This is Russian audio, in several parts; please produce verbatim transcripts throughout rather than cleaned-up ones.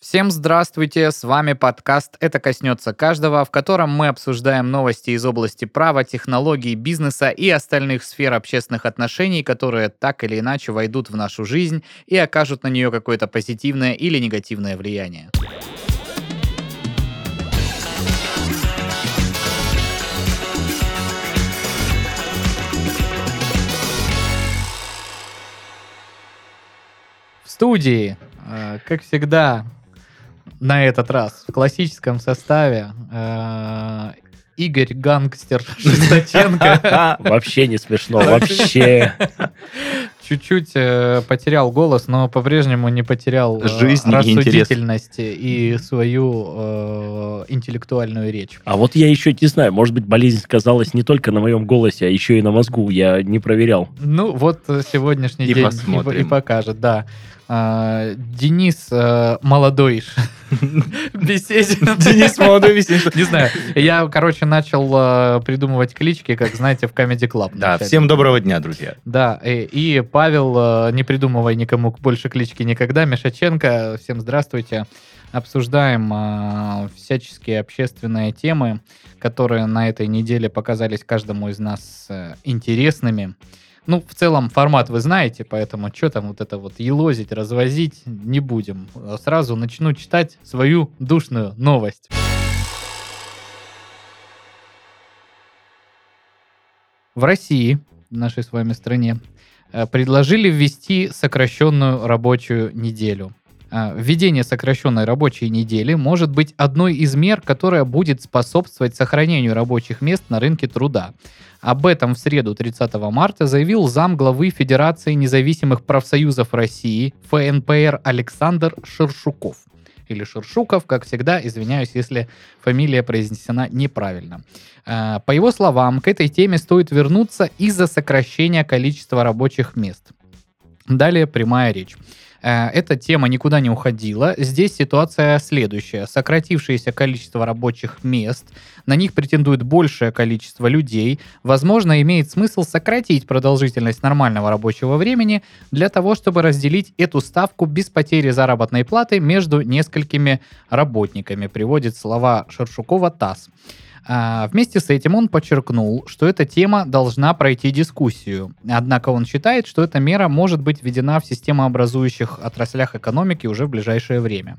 Всем здравствуйте, с вами подкаст «Это коснется каждого», в котором мы обсуждаем новости из области права, технологий, бизнеса и остальных сфер общественных отношений, которые так или иначе войдут в нашу жизнь и окажут на нее какое-то позитивное или негативное влияние. В студии, э, как всегда, на этот раз в классическом составе э, Игорь Гангстер Шестаченко. Вообще не смешно, вообще. Чуть-чуть э, потерял голос, но по-прежнему не потерял э, Жизнь и рассудительность и свою э, интеллектуальную речь. А вот я еще не знаю, может быть, болезнь сказалась не только на моем голосе, а еще и на мозгу. Я не проверял. Ну, вот э, сегодняшний И день и, посмотрим. и покажет, да. А, Денис э, молодой Беседин. Денис молодой Беседин. Не знаю. Я, короче, начал э, придумывать клички, как, знаете, в Comedy Club. Да, вначале. всем доброго дня, друзья. Да, и, и Павел, э, не придумывай никому больше клички никогда, Мишаченко, всем здравствуйте. Обсуждаем э, всяческие общественные темы, которые на этой неделе показались каждому из нас э, интересными. Ну, в целом, формат вы знаете, поэтому что там вот это вот елозить, развозить не будем. Сразу начну читать свою душную новость. В России, в нашей с вами стране, э, предложили ввести сокращенную рабочую неделю. Э, Введение сокращенной рабочей недели может быть одной из мер, которая будет способствовать сохранению рабочих мест на рынке труда. Об этом в среду тридцатого марта заявил замглавы Федерации независимых профсоюзов России эф эн пэ эр Александр Шершуков. Или Шершуков, как всегда, извиняюсь, если фамилия произнесена неправильно. Э, По его словам, к этой теме стоит вернуться из-за сокращения количества рабочих мест. Далее прямая речь. Э, Эта тема никуда не уходила. Здесь ситуация следующая. Сократившееся количество рабочих мест, на них претендует большее количество людей. Возможно, имеет смысл сократить продолжительность нормального рабочего времени для того, чтобы разделить эту ставку без потери заработной платы между несколькими работниками, приводит слова Шершукова ТАСС. А, Вместе с этим он подчеркнул, что эта тема должна пройти дискуссию. Однако он считает, что эта мера может быть введена в системообразующих отраслях экономики уже в ближайшее время.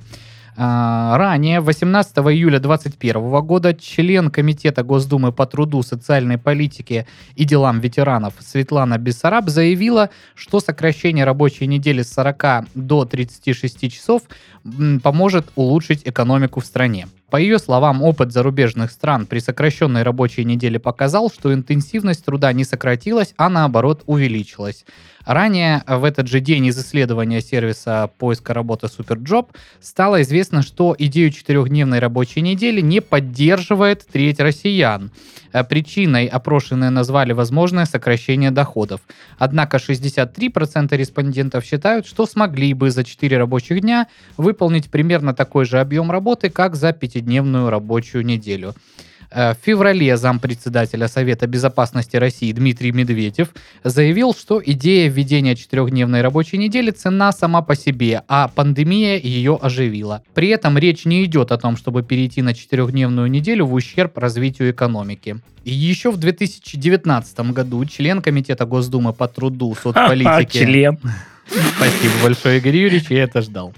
А, Ранее, восемнадцатого июля две тысячи двадцать первого года, член Комитета Госдумы по труду, социальной политике и делам ветеранов Светлана Бессараб заявила, что сокращение рабочей недели с сорока до тридцати шести часов м, поможет улучшить экономику в стране. По ее словам, опыт зарубежных стран при сокращенной рабочей неделе показал, что интенсивность труда не сократилась, а наоборот увеличилась. Ранее в этот же день из исследования сервиса поиска работы Superjob стало известно, что идею четырехдневной рабочей недели не поддерживает треть россиян. Причиной опрошенные назвали возможное сокращение доходов. Однако шестьдесят три процента респондентов считают, что смогли бы за четыре рабочих дня выполнить примерно такой же объем работы, как за пятидневную рабочую неделю. В феврале зампредседателя Совета безопасности России Дмитрий Медведев заявил, что идея введения четырехдневной рабочей недели ценна сама по себе, а пандемия ее оживила. При этом речь не идет о том, чтобы перейти на четырехдневную неделю в ущерб развитию экономики. И еще в две тысячи девятнадцатом году член Комитета Госдумы по труду, соцполитике... Член. Спасибо большое, Игорь Юрьевич, я это ждал.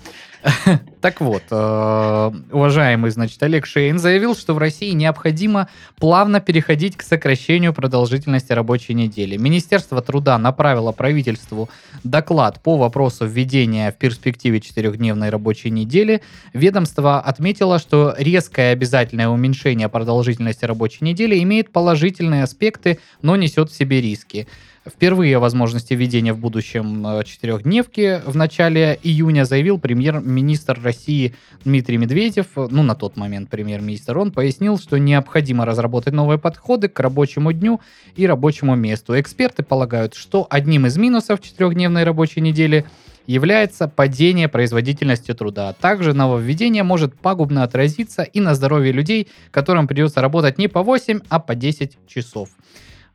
Так вот, э, уважаемый, значит, Олег Шейн заявил, что в России необходимо плавно переходить к сокращению продолжительности рабочей недели. Министерство труда направило правительству доклад по вопросу введения в перспективе четырехдневной рабочей недели. Ведомство отметило, что резкое обязательное уменьшение продолжительности рабочей недели имеет положительные аспекты, но несет в себе риски. Впервые о возможности введения в будущем э, четырехдневки в начале июня заявил премьер-министр России Дмитрий Медведев. Ну, на тот момент премьер-министр. Он пояснил, что необходимо разработать новые подходы к рабочему дню и рабочему месту. Эксперты полагают, что одним из минусов четырехдневной рабочей недели является падение производительности труда. Также нововведение может пагубно отразиться и на здоровье людей, которым придется работать не по восемь, а по десять часов.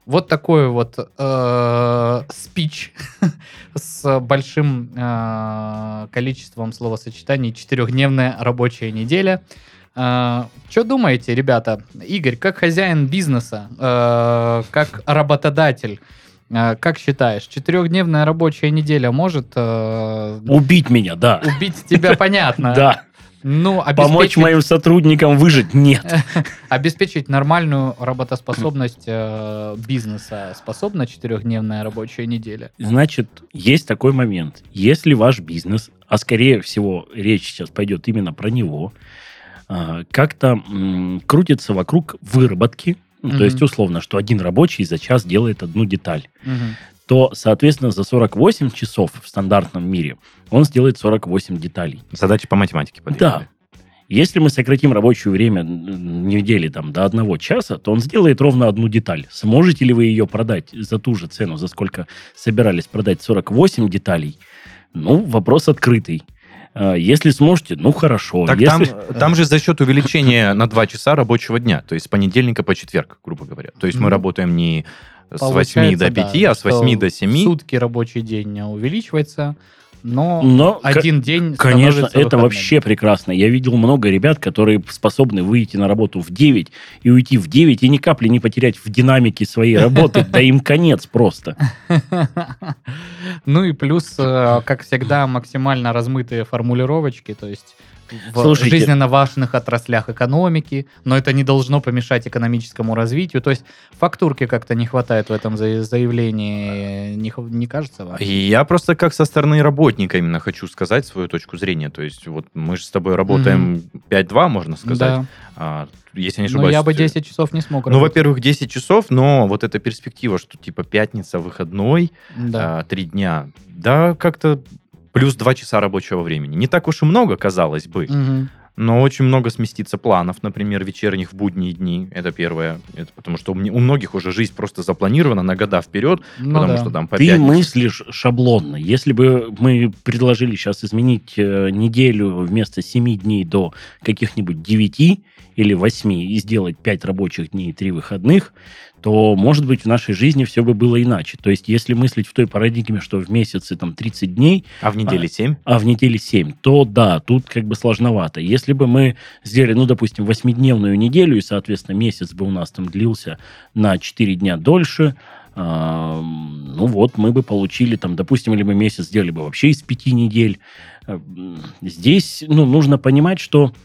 Вот такой вот э, спич с большим э, количеством словосочетаний. Четырехдневная рабочая неделя. Э, что думаете, ребята? Игорь, как хозяин бизнеса, э, как работодатель, э, как считаешь, четырехдневная рабочая неделя может э, Убить меня, да. убить тебя, понятно? Да. Ну, Помочь обеспечить, моим сотрудникам выжить? Нет. обеспечить нормальную работоспособность э, бизнеса способна четырехдневная рабочая неделя? Значит, есть такой момент. Если ваш бизнес, а скорее всего речь сейчас пойдет именно про него, а, как-то м, крутится вокруг выработки, ну, Мгм. то есть условно, что один рабочий за час делает одну деталь, Мгм. то, соответственно, за сорок восемь часов в стандартном мире он сделает сорок восемь деталей. Задачи по математике подъехали. Да. Если мы сократим рабочее время м, недели там, до одного часа, то он сделает ровно одну деталь. Сможете ли вы ее продать за ту же цену, за сколько собирались продать сорок восемь деталей? Ну, вопрос открытый. А, Если сможете, ну, хорошо. Так Если... там, там же за счет увеличения на два часа рабочего дня, то есть с понедельника по четверг, грубо говоря. То есть мы Ну, работаем не с восьми Получается, до да, пяти, а с что восьми до в семи. сутки рабочий день увеличивается, но Но, один день конечно, становится это выходным. вообще прекрасно. Я видел много ребят, которые способны выйти на работу в девять и уйти в девять, и ни капли не потерять в динамике своей работы. Да им конец просто. Ну и плюс, э, как всегда, максимально размытые формулировочки, то есть в Слушайте. жизненно важных отраслях экономики, но это не должно помешать экономическому развитию. То есть фактурки как-то не хватает в этом за- заявлении, не, х- не кажется вам? И я просто как со стороны работника именно хочу сказать свою точку зрения. То есть вот мы же с тобой работаем пять-два, можно сказать. Да, А, если не но ошибаюсь. я бы десять часов не смог Ну, работать. во-первых, десять часов, но вот эта перспектива, что типа пятница, выходной, Да. а, три дня, да, как-то плюс два часа рабочего времени. Не так уж и много, казалось бы, Мгм. но очень много сместится планов, например, вечерних в будние дни. Это первое. Это потому что у, мне- у многих уже жизнь просто запланирована на года вперед, Ну потому да. что там по Ты пятницам. мыслишь шаблонно. Если бы мы предложили сейчас изменить э, неделю вместо семи дней до каких-нибудь девяти или восьми и сделать пять рабочих дней и три выходных, то, может быть, в нашей жизни все бы было иначе. То есть, если мыслить в той парадигме, что в месяце там тридцать дней, А в неделе семь? а в неделе семь, то да, тут как бы сложновато. Если бы мы сделали, ну, допустим, восьмидневную неделю, и, соответственно, месяц бы у нас там длился на четыре дня дольше, а, ну вот, мы бы получили там, допустим, или мы месяц сделали бы вообще из пяти недель. А, м, Здесь, ну, нужно понимать, что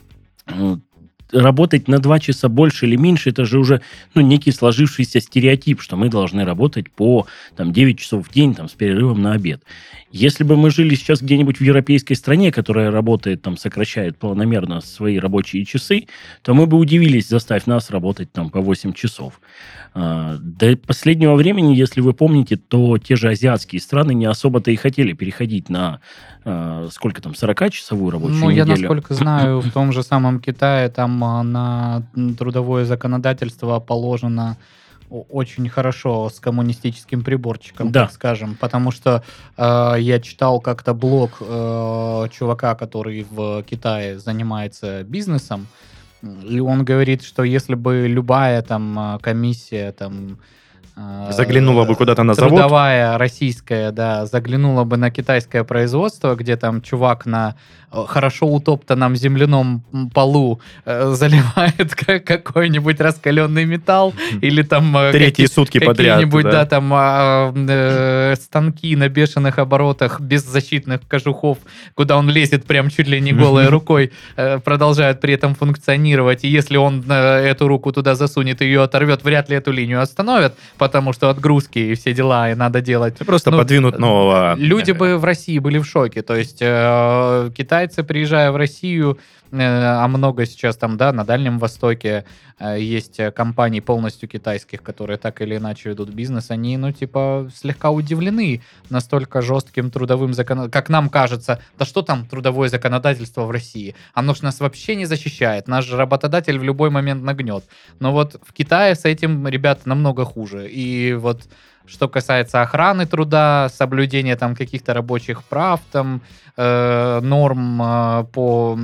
м, работать на два часа больше или меньше, это же уже, ну, некий сложившийся стереотип, что мы должны работать по там, девять часов в день там, с перерывом на обед. Если бы мы жили сейчас где-нибудь в европейской стране, которая работает, там, сокращает планомерно свои рабочие часы, то мы бы удивились, заставь нас работать там по восемь часов. А, До последнего времени, если вы помните, то те же азиатские страны не особо-то и хотели переходить на а, сколько там, сорокачасовую рабочую Ну, я, неделю. насколько знаю, в том же самом Китае там а, на трудовое законодательство положено о- очень хорошо с коммунистическим приборчиком, Да. так скажем, потому что э, я читал как-то блог э, чувака, который в Китае занимается бизнесом, и он говорит, что если бы любая там э, комиссия там э, Заглянула бы куда-то на завод. трудовая российская, да, заглянула бы на китайское производство, где там чувак на э, хорошо утоптанном земляном м, полу э, заливает ка- какой-нибудь раскаленный металл, или там э, Третьи какие- сутки подряд. какие-нибудь, да, да. там а, э, станки на бешеных оборотах без защитных кожухов, куда он лезет прям чуть ли не голой рукой, э, продолжают при этом функционировать. И если он э, эту руку туда засунет и ее оторвет, вряд ли эту линию остановят, потому что отгрузки и все дела и надо делать. Просто Ну, подвинут нового. Люди бы в России были в шоке. То есть э, китайцы, приезжая в Россию, э, а много сейчас там, да, на Дальнем Востоке э, есть э, компаний полностью китайских, которые так или иначе ведут бизнес, они, ну, типа, слегка удивлены настолько жестким трудовым законодательством. Как нам кажется, да что там трудовое законодательство в России? Оно ж нас вообще не защищает. Наш же работодатель в любой момент нагнет. Но вот в Китае с этим, ребята, намного хуже. И вот что касается охраны труда, соблюдения там каких-то рабочих прав, там, э, норм э, по...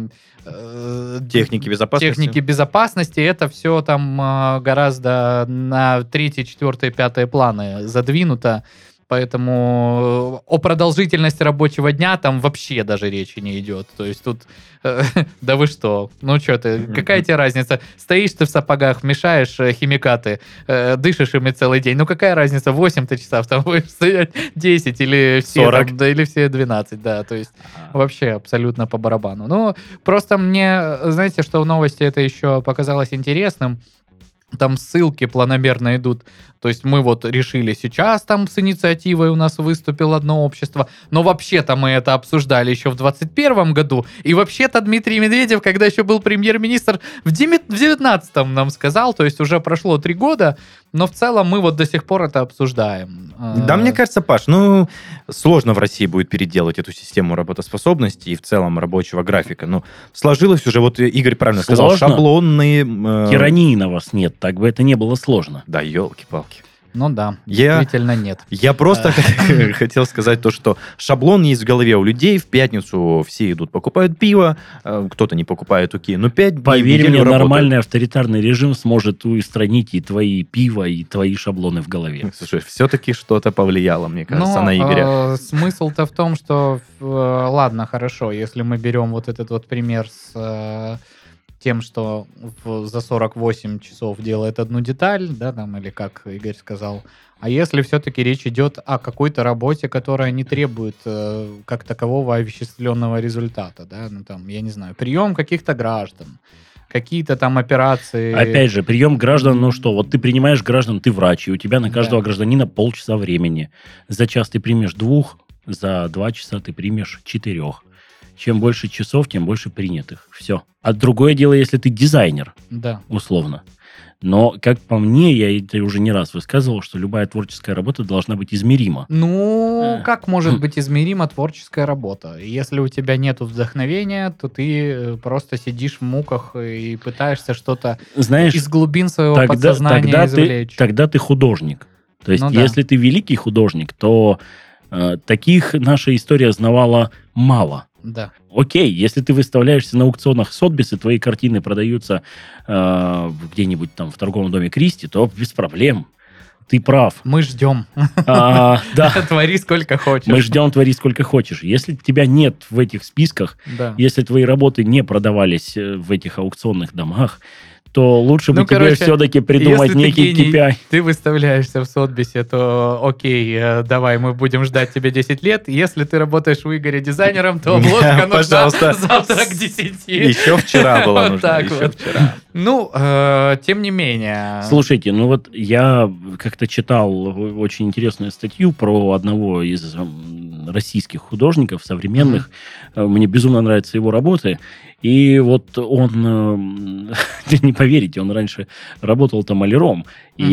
Э, Техники безопасности. Техники безопасности, это все там э, гораздо на третий, четвертый, пятый планы задвинуто. Поэтому о продолжительности рабочего дня там вообще даже речи не идет. То есть тут, э, да вы что, ну что ты, какая тебе разница? Стоишь ты в сапогах, мешаешь э, химикаты, э, дышишь ими целый день. Ну какая разница, восемь-то часов, там будешь стоять десять или все, там, да, или все двенадцать, да. То есть вообще абсолютно по барабану. Ну просто мне, знаете, что в новости это еще показалось интересным? Там ссылки планомерно идут. То есть мы вот решили сейчас там с инициативой у нас выступило одно общество, но вообще-то мы это обсуждали еще в двадцать первом году, и вообще-то Дмитрий Медведев, когда еще был премьер-министр, в девятнадцатом нам сказал, то есть уже прошло три года, но в целом мы вот до сих пор это обсуждаем. Да, мне кажется, Паш, ну, сложно в России будет переделать эту систему работоспособности и в целом рабочего графика. Ну, сложилось уже, вот Игорь правильно сказал, Сложно? шаблонные... Э... Тирании на вас нет, так бы это не было сложно. Да, елки-палки. Ну да, я, действительно нет. Я просто хотел сказать то, что шаблон есть в голове у людей. В пятницу все идут, покупают пиво, кто-то не покупает, окей. Но пять дней Поверь мне, работают. Нормальный авторитарный режим сможет устранить и твои пиво, и твои шаблоны в голове. Слушай, все-таки что-то повлияло, мне кажется, Но, на Игоря. Э, смысл-то в том, что, э, ладно, хорошо, если мы берем вот этот вот пример с... Э, тем, что в, за сорок восемь часов делает одну деталь, да, там, или как Игорь сказал. А если все-таки речь идет о какой-то работе, которая не требует э, как такового овеществленного результата, да, ну там, я не знаю, прием каких-то граждан, какие-то там операции. Опять же, прием граждан, ну что, вот ты принимаешь граждан, ты врач, и у тебя на каждого Да. гражданина полчаса времени. За час ты примешь двух, за два часа ты примешь четырех. Чем больше часов, тем больше принятых. Все. А другое дело, если ты дизайнер, Да. условно. Но, как по мне, я это уже не раз высказывал, что любая творческая работа должна быть измерима. Ну, как может быть измерима творческая работа? Если у тебя нет вдохновения, то ты просто сидишь в муках и пытаешься что-то Знаешь, из глубин своего тогда, подсознания тогда, извлечь. ты, тогда ты художник. То есть, Ну да. если ты великий художник, то э, таких наша история знавала мало. Да. Окей, если ты выставляешься на аукционах Сотбис, и твои картины продаются э, где-нибудь там в торговом доме Кристи, то без проблем. Ты прав. Мы ждем. А, да, Твори сколько хочешь. мы ждем, твори сколько хочешь. Если тебя нет в этих списках, Да. если твои работы не продавались э, в этих аукционных домах, то лучше бы Ну, тебе короче, все-таки придумать если ты некий гений, кей пи ай. ты выставляешься в Сотбисе, то окей, э, давай, мы будем ждать тебе десять лет. Если ты работаешь у Игоря дизайнером, то обложка нужна Пожалуйста. завтра к десяти. Еще вчера была Вот нужна, так еще вот. вчера. Ну, э, тем не менее. Слушайте, ну вот я как-то читал очень интересную статью про одного из м, российских художников современных. Э, Мне безумно нравятся его работы. И вот он, э, не поверите, он раньше работал там маляром.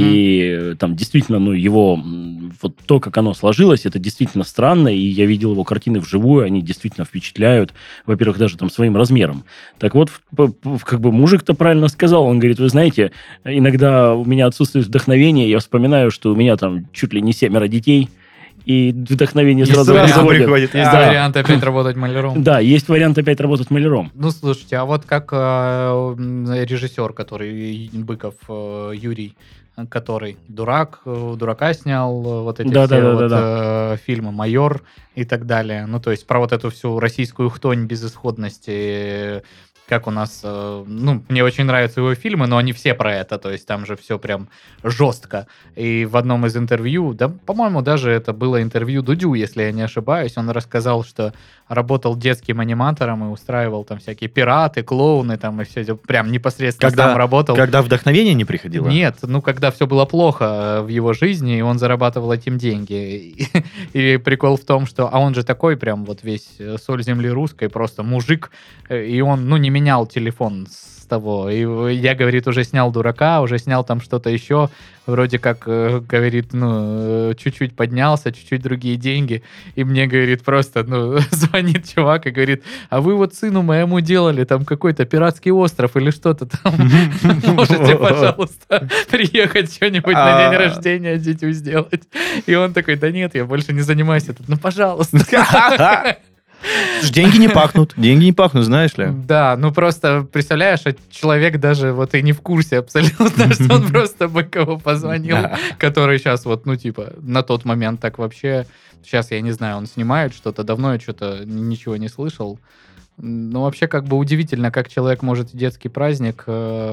И там действительно, ну, его, м, вот то, как оно сложилось, это действительно странно. И я видел его картины вживую, они действительно впечатляют. Во-первых, даже там своим размером. Так вот, п- п- как бы мужик-то правильно сказал. Он говорит, вы знаете, иногда у меня отсутствует вдохновение, я вспоминаю, что у меня там чуть ли не семеро детей, и вдохновение И сразу, сразу приходит. приходит. Есть Да. вариант опять работать маляром. Да, есть вариант опять работать маляром. Ну, слушайте, а вот как э, м, режиссер, который Быков э, Юрий, который дурак, э, дурака снял, э, вот эти Да, все да, да, вот, да, э, фильмы «Майор» и так далее. Ну, то есть про вот эту всю российскую хтонь безысходности, э, как у нас... э, ну, мне очень нравятся его фильмы, но они все про это, то есть там же все прям жестко. И в одном из интервью, да, по-моему, даже это было интервью Дудю, если я не ошибаюсь, он рассказал, что работал детским аниматором и устраивал там всякие пираты, клоуны там и все это, прям непосредственно Когда, сам работал. когда вдохновение не приходило? Нет, ну когда все было плохо э, в его жизни, и он зарабатывал этим деньги. И, и прикол в том, что, а он же такой прям вот весь э, соль земли русской, просто мужик, э, и он, ну, не менял телефон с того. И я, говорит, уже снял дурака, уже снял там что-то еще. Вроде как, э, говорит, ну, э, чуть-чуть поднялся, чуть-чуть другие деньги. И мне, говорит, просто, ну, звонит чувак и говорит, а вы вот сыну моему делали там какой-то пиратский остров или что-то там. Можете, пожалуйста, приехать что-нибудь на день рождения дитю сделать? И он такой, да нет, я больше не занимаюсь этим. Ну, пожалуйста. Деньги не пахнут, деньги не пахнут, знаешь ли. Да, ну просто, представляешь, человек даже вот и не в курсе абсолютно, что он просто Быкову позвонил, который сейчас вот, ну типа, на тот момент так вообще, сейчас я не знаю, он снимает что-то, давно я что-то ничего не слышал. Ну вообще как бы удивительно, как человек может детский праздник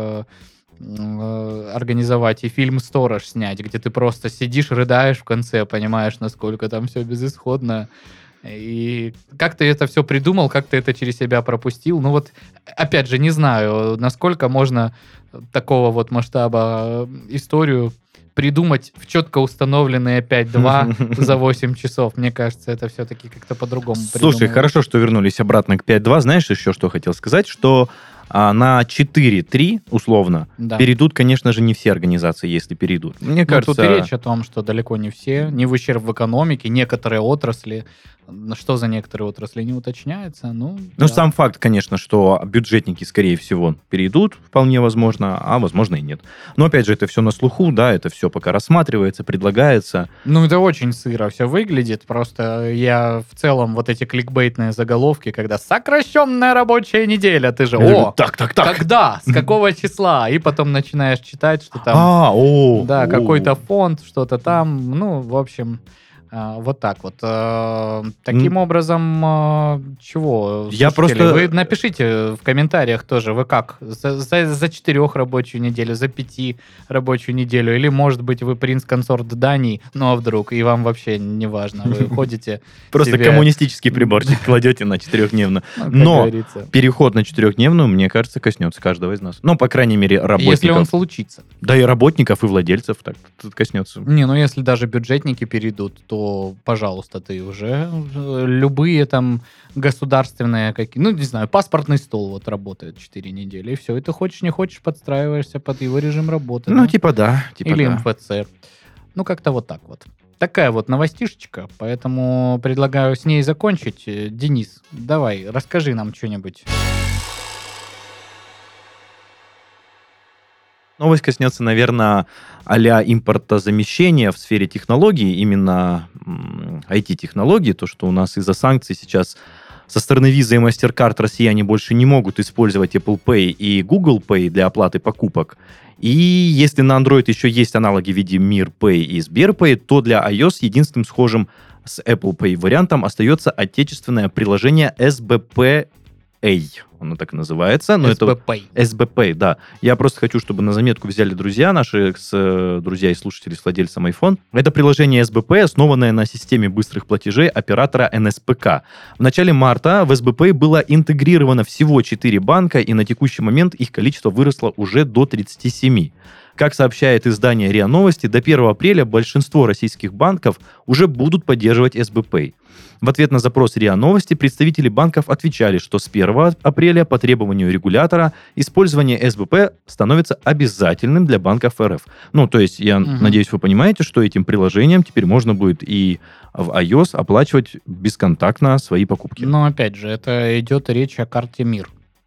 организовать и фильм «Сторож» снять, где ты просто сидишь, рыдаешь в конце, понимаешь, насколько там все безысходно. И как ты это все придумал, как ты это через себя пропустил? Ну вот, опять же, не знаю, насколько можно такого вот масштаба историю придумать в четко установленные пять-два за восемь часов. Мне кажется, это все-таки как-то по-другому придумано. Слушай, хорошо, что вернулись обратно к пять-два. Знаешь еще, что хотел сказать? Что а на четыре-три, условно, да. перейдут, конечно же, не все организации, если перейдут. Мне ну, кажется... Тут и речь о том, что далеко не все, не в ущерб в экономике, некоторые отрасли, что за некоторые отрасли не уточняется. Ну, ну да. сам факт, конечно, что бюджетники, скорее всего, перейдут, вполне возможно, а возможно и нет. Но, опять же, это все на слуху, да, это все пока рассматривается, предлагается. Ну, это очень сыро все выглядит, просто я в целом вот эти кликбейтные заголовки, когда сокращенная рабочая неделя, ты же, я о, говорю, так, так, так. Когда, с какого числа? И потом начинаешь читать, что там, а, о, да, о. какой-то фонд, что-то там, ну, в общем... Вот так вот. Таким mm. образом, чего? Я просто... Вы напишите в комментариях тоже, вы как? За, за, за четырех рабочую неделю, за пяти рабочую неделю? Или, может быть, вы принц-консорт Дании, ну а вдруг, и вам вообще не важно, вы ходите... Просто коммунистический приборчик кладете на четырехдневную. Но переход на четырехдневную, мне кажется, коснется каждого из нас. Ну, по крайней мере, работников. Если он случится. Да и работников, и владельцев так коснется. Не, ну если даже бюджетники перейдут, то пожалуйста, ты уже любые там государственные какие, ну, не знаю, паспортный стол вот работает четыре недели, и все, и ты хочешь, не хочешь, подстраиваешься под его режим работы. Ну, да? типа да. Типа Или да. эм эф цэ. Ну, как-то вот так вот. Такая вот новостишечка, поэтому предлагаю с ней закончить. Денис, давай, расскажи нам что-нибудь. Новость коснется, наверное, а-ля импортозамещения в сфере технологий, именно ай ти-технологий, то, что у нас из-за санкций сейчас со стороны Visa и MasterCard россияне больше не могут использовать Apple Pay и Google Pay для оплаты покупок. И если на Android еще есть аналоги в виде MirPay и SberPay, то для iOS единственным схожим с Apple Pay вариантом остается отечественное приложение эс би пи эй. Оно так и называется. Но эс би пи. Это... эс би пи, да. Я просто хочу, чтобы на заметку взяли друзья наши, с, друзья и слушатели с владельцем iPhone. Это приложение эс би пи, основанное на системе быстрых платежей оператора эн эс пэ ка. В начале марта в эс би пи было интегрировано всего четыре банка, и на текущий момент их количество выросло уже до тридцати семи. Как сообщает издание РИА Новости, до первого апреля большинство российских банков уже будут поддерживать эс би пи. В ответ на запрос РИА Новости представители банков отвечали, что с первого апреля по требованию регулятора использование эс би пи становится обязательным для банков эр эф. Ну, то есть, я угу. надеюсь, вы понимаете, что этим приложением теперь можно будет и в iOS оплачивать бесконтактно свои покупки. Но, опять же, это идет речь о карте МИР.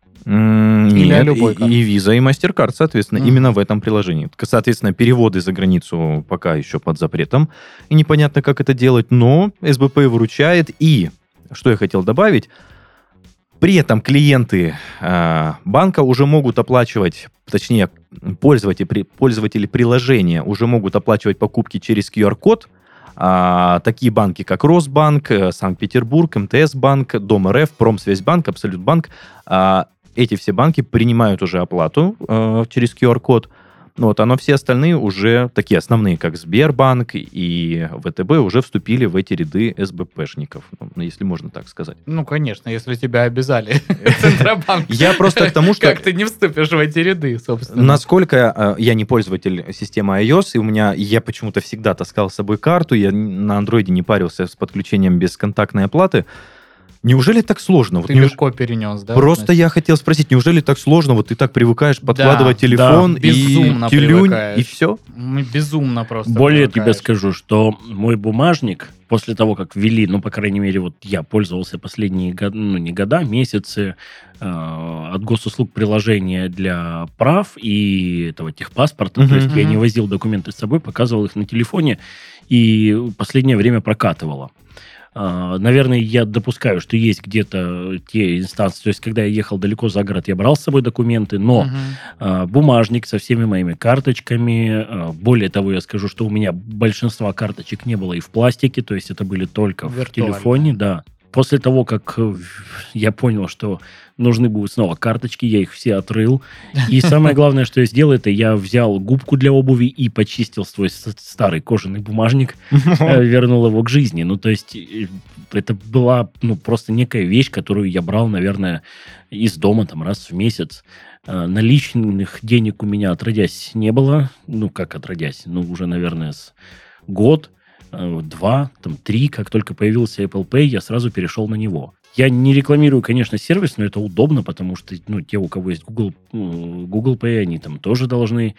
Mm, Или нет, любой и, и Visa, и MasterCard, соответственно, mm. именно в этом приложении. Соответственно, переводы за границу пока еще под запретом, и непонятно, как это делать, но эс би пи выручает, и, что я хотел добавить, при этом клиенты э, банка уже могут оплачивать, точнее, пользователи, пользователи приложения уже могут оплачивать покупки через ку ар-код, А, такие банки, как Росбанк, Санкт-Петербург, эм тэ эс-банк, Дом эр эф, Промсвязьбанк, Абсолютбанк. А, эти все банки принимают уже оплату а, через ку ар-код. Вот, а но все остальные уже, такие основные, как Сбербанк и вэ тэ бэ, уже вступили в эти ряды эс би пи-шников, ну, если можно так сказать. Ну, конечно, если тебя обязали Центробанк. Я просто к тому, что... Как ты не вступишь в эти ряды, собственно. Насколько я не пользователь системы iOS, и у меня, я почему-то всегда таскал с собой карту, я на андроиде не парился с подключением бесконтактной оплаты, Неужели так сложно? Вот Ты неуж- легко перенес, да? Просто значит? я хотел спросить, неужели так сложно? Вот ты так привыкаешь подкладывать Да, телефон да, безумно и тюлюнь, привыкаешь. и все? Мы безумно просто Более тебе привыкаешь. скажу, что мой бумажник, после того, как ввели, ну, по крайней мере, вот я пользовался последние года, ну, не года, месяцы, э, от госуслуг приложения для прав и этого техпаспорта. Мгм. То есть я не Мгм. возил документы с собой, показывал их на телефоне, и последнее время прокатывало. А, Наверное, я допускаю, что есть где-то те инстанции, то есть когда я ехал далеко за город, я брал с собой документы, но Мгм. а, бумажник со всеми моими карточками. а, Более того, я скажу, что у меня большинства карточек не было и в пластике, то есть это были только в Виртуальные. телефоне, да. После того, как э, я понял, что нужны будут снова карточки, я их все отрыл. И самое главное, что я сделал, это я взял губку для обуви и почистил свой с- старый кожаный бумажник, э, вернул его к жизни. Ну, то есть э, это была ну, просто некая вещь, которую я брал, наверное, из дома там раз в месяц. Э, Наличных денег у меня отродясь не было. Ну, как отродясь? Ну, уже, наверное, с год, э, два, там, три, как только появился Apple Pay, я сразу перешел на него. Я не рекламирую, конечно, сервис, но это удобно, потому что ну, те, у кого есть Google, ну, Google Pay, они там тоже должны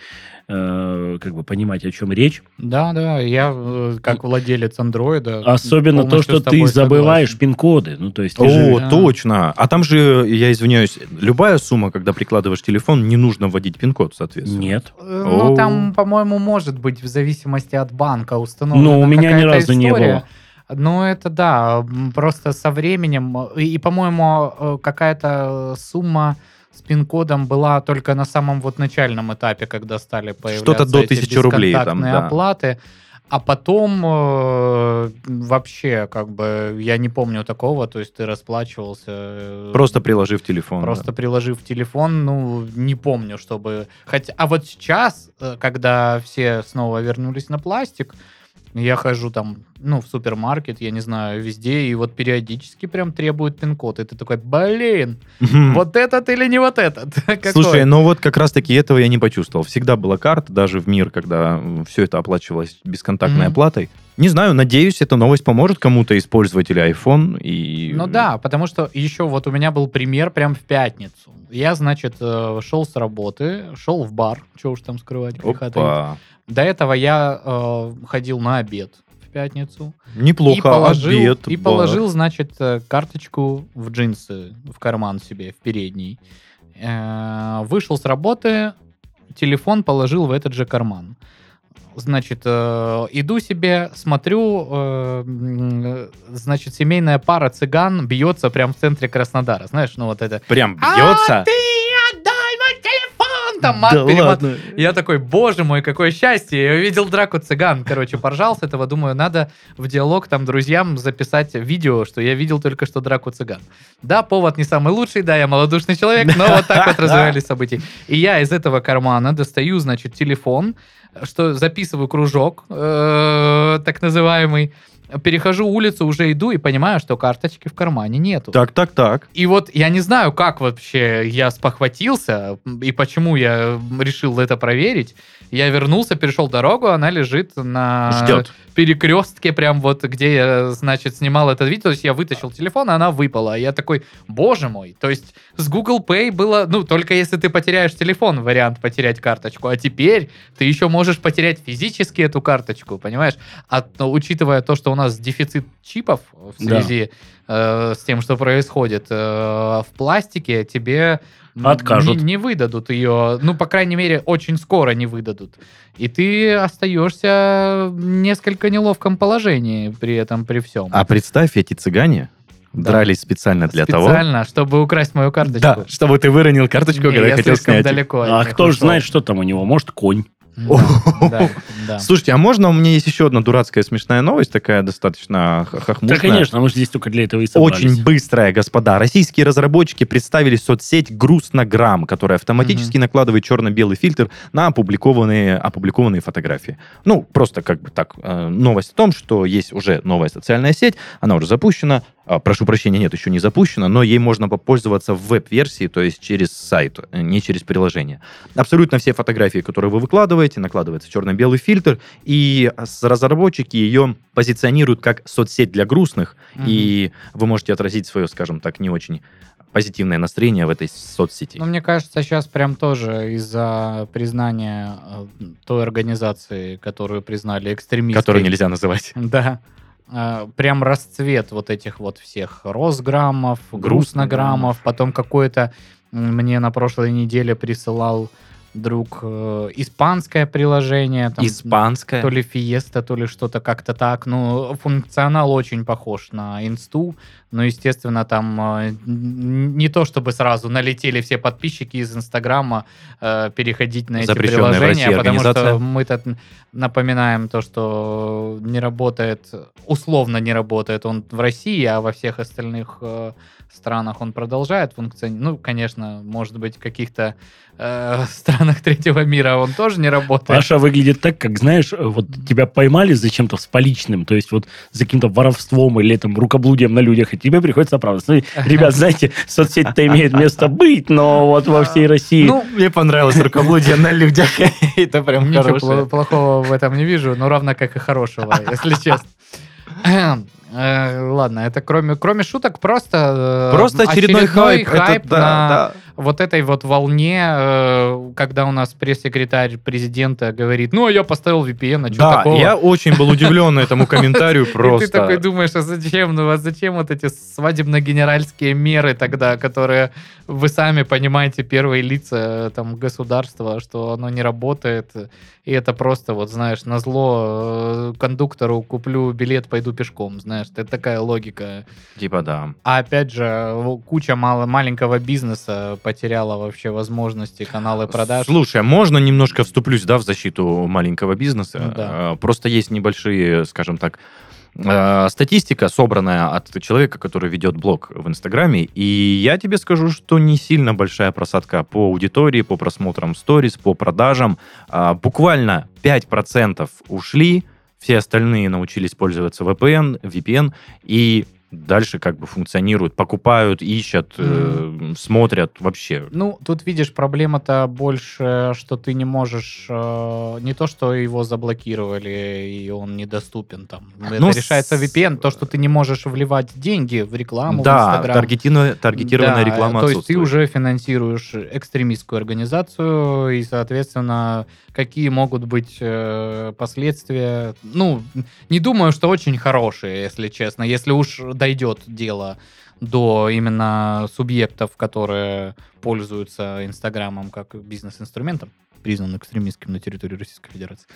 э, как бы понимать, о чем речь. Да, да, я э, как владелец андроида Особенно то, полностью что с тобой ты забываешь согласен. пин-коды. Ну, то есть ты же- О, Да. точно. А там же, я извиняюсь, любая сумма, когда прикладываешь телефон, не нужно вводить пин-код, соответственно. Нет. Э, Ну, Оу. там, по-моему, может быть в зависимости от банка установлена Ну, у меня ни какая-то разу не история. было. Ну, это да, м, просто со временем. э, И, по-моему, э, какая-то сумма с пин-кодом была только на самом вот начальном этапе, когда стали появляться Что-то до эти тысячи рублей там, бесконтактные да. оплаты. А потом э, вообще, как бы, я не помню такого, то есть ты расплачивался... э, Просто приложив телефон. да. Просто приложив телефон, ну, не помню, чтобы... Хотя... А вот сейчас, э, когда все снова вернулись на пластик, я хожу там, ну, в супермаркет, я не знаю, везде, и вот периодически прям требуют пин-код. И ты такой, блин, Мгм. вот этот или не вот этот? Какой? Слушай, ну вот как раз-таки этого я не почувствовал. Всегда была карта, даже в мир, когда все это оплачивалось бесконтактной Мгм. оплатой. Не знаю, надеюсь, эта новость поможет кому-то из пользователей iPhone. И... Ну да, потому что еще вот у меня был пример прям в пятницу. Я, значит, э, шел с работы, шел в бар, что уж там скрывать, греха таить. Опа. До этого я э, ходил на обед в пятницу. Неплохо, и положил, обед, и бар. положил, значит, э, карточку в джинсы, в карман себе, в передний. Э, Вышел с работы, телефон положил в этот же карман. Значит, э, иду себе, смотрю, э, м, значит, семейная пара цыган бьется прямо в центре Краснодара. Знаешь, ну вот это... Прям «А бьется? ты отдай мой телефон!» Там мат, Да перемат. ладно. Я такой, боже мой, какое счастье. Я увидел драку цыган. Короче, поржал с этого. Думаю, надо в диалог там друзьям записать видео, что я видел только что драку цыган. Да, повод не самый лучший, да, я малодушный человек, но вот так вот развивались события. И я из этого кармана достаю, значит, телефон, что записываю кружок, э, так называемый, перехожу улицу, уже иду и понимаю, что карточки в кармане нету. Так, так, так. И вот я не знаю, как вообще я спохватился и почему я решил это проверить. Я вернулся, перешел дорогу, она лежит на Ждет. перекрестке, прям вот где я, значит, снимал это видео. То есть я вытащил телефон, а она выпала. Я такой, боже мой. То есть с Google Pay было, ну, только если ты потеряешь телефон, вариант потерять карточку. А теперь ты еще можешь потерять физически эту карточку, понимаешь? А ну, учитывая то, что у нас дефицит чипов в Да. связи э, с тем, что происходит э, в пластике, тебе м, Откажут. Не, не выдадут ее. Ну, по крайней мере, очень скоро не выдадут. И ты остаешься в несколько неловком положении при этом, при всем. А представь, эти цыгане Да. дрались специально для того... Специально, чтобы украсть мою карточку. Да, чтобы ты выронил карточку, Не, когда я хотел слишком снять. далеко от А них кто же ушел. знает, что там у него? Может, конь. Да, да, да. Слушайте, а можно у меня есть еще одна дурацкая смешная новость, такая достаточно х- Да, хохмушная? конечно, мы же здесь только для этого и собрались. Очень быстрая, господа. Российские разработчики представили соцсеть Грустнограмм, которая автоматически накладывает черно-белый фильтр на опубликованные, опубликованные фотографии. Ну, просто как бы так, э, новость о том, что есть уже новая социальная сеть, она уже запущена, а, прошу прощения, нет, еще не запущена, но ей можно попользоваться в веб-версии, то есть через сайт, не через приложение. Абсолютно все фотографии, которые вы выкладываете, накладывается черно-белый фильтр, и разработчики ее позиционируют как соцсеть для грустных, mm-hmm. и вы можете отразить свое, скажем так, не очень позитивное настроение в этой соцсети. Ну, мне кажется, сейчас прям тоже из-за признания той организации, которую признали экстремистской. Которую нельзя называть. Да. Прям расцвет вот этих вот всех Росграммов, Грустнограммов, потом какое-то мне на прошлой неделе присылал друг э, испанское приложение. Там, испанское? То ли Фиеста, то ли что-то как-то так. Ну, функционал очень похож на Инсту, но, естественно, там э, не то, чтобы сразу налетели все подписчики из Инстаграма э, переходить на эти приложения, потому что мы-то напоминаем то, что не работает, условно не работает он в России, а во всех остальных э, странах он продолжает функционировать. Ну, конечно, может быть, в каких-то э, странах третьего мира он тоже не работает. Паша выглядит так, как, знаешь, вот тебя поймали за чем-то с поличным, то есть вот за каким-то воровством или там рукоблудием на людях, и тебе приходится оправдываться. Ну, ребят, знаете, соцсеть-то имеет место быть, но вот во всей России... Ну, мне понравилось рукоблудие на людях. Это прям хорошее. Ничего плохого в этом не вижу, но равно как и хорошего, если честно. Ладно, это кроме, кроме шуток, просто, просто очередной, очередной хайп, хайп это, на да, да. вот этой вот волне, когда у нас пресс-секретарь президента говорит, ну, я поставил ви пи эн, а что да, такого? Я очень был удивлен этому комментарию просто. И ты такой думаешь, а зачем, ну, а зачем вот эти свадебно-генеральские меры тогда, которые вы сами понимаете, первые лица там государства, что оно не работает, и это просто, вот, знаешь, назло кондуктору куплю билет, пойду пешком, знаешь, это такая логика. Типа да. А опять же, куча мало, маленького бизнеса потеряла вообще возможности, каналы продаж. Слушай, можно немножко вступлюсь, да, в защиту маленького бизнеса? Да. Просто есть небольшие, скажем так, статистика, собранная от человека, который ведет блог в Инстаграме, и я тебе скажу, что не сильно большая просадка по аудитории, по просмотрам сторис, по продажам. Буквально пять процентов ушли, все остальные научились пользоваться ви пи эн, ви пи эн, и дальше как бы функционируют, покупают, ищут, mm. э, смотрят вообще. Ну, тут, видишь, проблема-то больше, что ты не можешь... Э, не то, что его заблокировали, и он недоступен там. Это ну, решается ви пи эн. То, что ты не можешь вливать деньги в рекламу да, в Инстаграм. Таргетированная, таргетированная да, реклама то есть ты уже финансируешь экстремистскую организацию, и, соответственно, какие могут быть э, последствия. Ну, не думаю, что очень хорошие, если честно. Если уж дойдет дело до именно субъектов, которые пользуются Инстаграмом как бизнес-инструментом, признан экстремистским на территории Российской Федерации.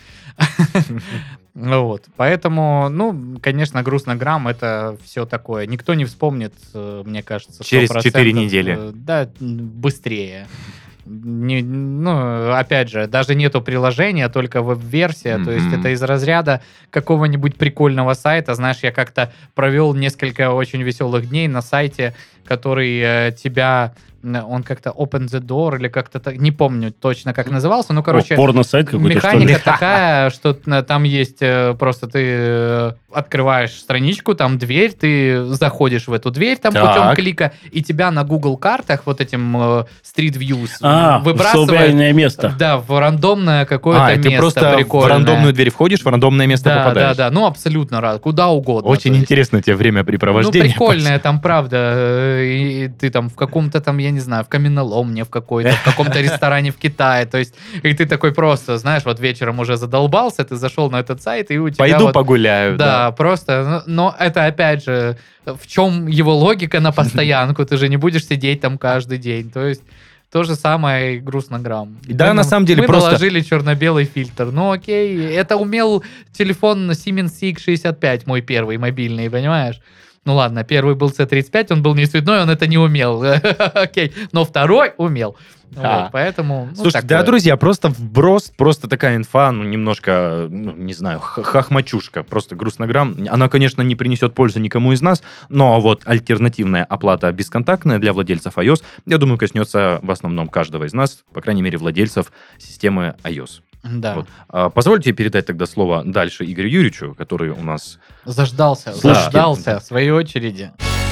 Вот. Поэтому, ну, конечно, Грустнограмм — это все такое. Никто не вспомнит, мне кажется, через четыре недели. Да, быстрее. Не, ну, опять же, даже нету приложения, только веб-версия, mm-hmm. то есть это из разряда какого-нибудь прикольного сайта. Знаешь, я как-то провел несколько очень веселых дней на сайте, который э, тебя... Он как-то Open the Door или как-то так, не помню точно, как назывался. Ну, короче, О, порно-сайт какой-то, механика что ли? такая, что там есть просто ты открываешь страничку, там дверь, ты заходишь в эту дверь там так. путем клика, и тебя на Google картах вот этим uh, Street Views а, выбрасывает место. Да, в рандомное какое-то а, место. Ты просто прикольное. В рандомную дверь входишь, в рандомное место да, попадаешь. Да, да, ну абсолютно раз, куда угодно. Очень интересно тебе времяпрепровождение. Ну, прикольное там, правда. И ты там в каком-то там, я не знаю, в каменоломне в какой-то, в каком-то ресторане в Китае. То есть, и ты такой просто, знаешь, вот вечером уже задолбался, ты зашел на этот сайт, и у тебя Пойду вот, погуляю. Да, да, просто. Но это, опять же, в чем его логика на постоянку? Ты же не будешь сидеть там каждый день. То есть, то же самое и Грустнограмм. Да, мы, на самом деле, мы просто... Мы наложили черно-белый фильтр. Ну, окей. Это умел телефон Siemens си икс шестьдесят пять, мой первый мобильный, понимаешь? Ну ладно, первый был си тридцать пять, он был не цветной, он это не умел. Окей, но второй умел. А. Вот, поэтому... Ну, слушай, такое. Да, друзья, просто вброс, просто такая инфа, ну, немножко, ну, не знаю, хохмачушка, просто Грустнограмм. Она, конечно, не принесет пользы никому из нас, но вот альтернативная оплата бесконтактная для владельцев iOS, я думаю, коснется в основном каждого из нас, по крайней мере, владельцев системы iOS. Да. Вот. А, позвольте передать тогда слово дальше Игорю Юрьевичу, который у нас... Заждался, да. заждался, да. в своей очереди.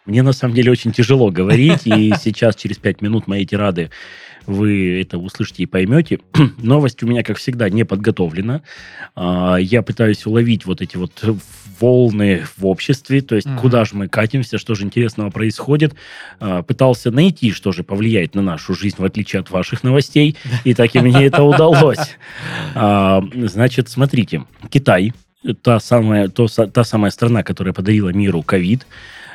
Мне на самом деле очень тяжело говорить, и сейчас через пять минут моей тирады вы это услышите и поймете. Новость у меня, как всегда, не подготовлена. Я пытаюсь уловить вот эти вот волны в обществе, то есть mm-hmm. куда же мы катимся, что же интересного происходит. Пытался найти, что же повлияет на нашу жизнь, в отличие от ваших новостей, и так и мне это удалось. Значит, смотрите, Китай, та самая, то, та самая страна, которая подарила миру ковид,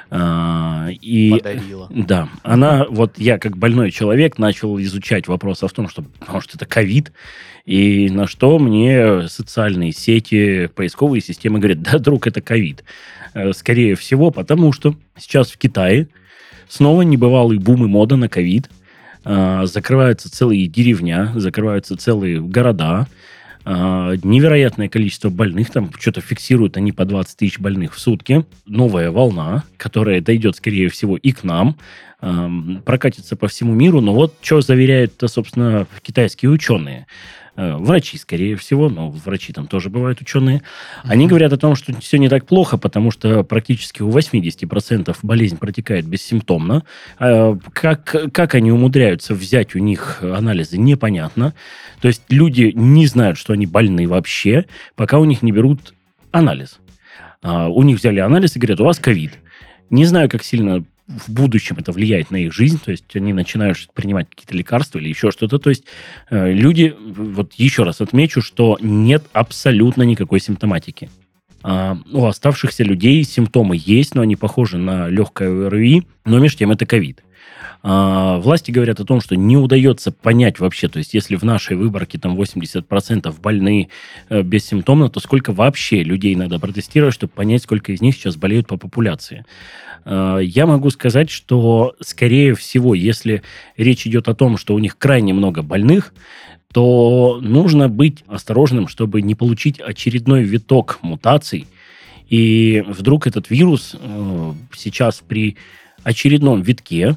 Uh, и, Подарила. Да, она, вот я как больной человек начал изучать вопрос в том, что, может, это ковид, и на что мне социальные сети, поисковые системы говорят, да, друг, это ковид. Скорее всего, потому что сейчас в Китае снова небывалый бум и мода на ковид, закрываются целые деревня, закрываются целые города, невероятное количество больных, там что-то фиксируют они по двадцать тысяч больных в сутки. Новая волна, которая дойдет, скорее всего, и к нам, прокатится по всему миру. Но вот что заверяют, собственно, китайские ученые. Врачи, скорее всего, но врачи там тоже бывают ученые. Они mm-hmm. говорят о том, что все не так плохо, потому что практически у восемьдесят процентов болезнь протекает бессимптомно. Как, как они умудряются взять у них анализы, непонятно. То есть люди не знают, что они больны вообще, пока у них не берут анализ. У них взяли анализ и говорят, у вас ковид. Не знаю, как сильно в будущем это влияет на их жизнь, то есть они начинают принимать какие-то лекарства или еще что-то. То есть э, люди, вот еще раз отмечу, что нет абсолютно никакой симптоматики. А у оставшихся людей симптомы есть, но они похожи на легкое ОРВИ, но между тем это ковид. А, власти говорят о том, что не удается понять вообще, то есть если в нашей выборке там восемьдесят процентов больны э, бессимптомно, то сколько вообще людей надо протестировать, чтобы понять, сколько из них сейчас болеют по популяции. А, я могу сказать, что, скорее всего, если речь идет о том, что у них крайне много больных, то нужно быть осторожным, чтобы не получить очередной виток мутаций, и вдруг этот вирус э, сейчас при очередном витке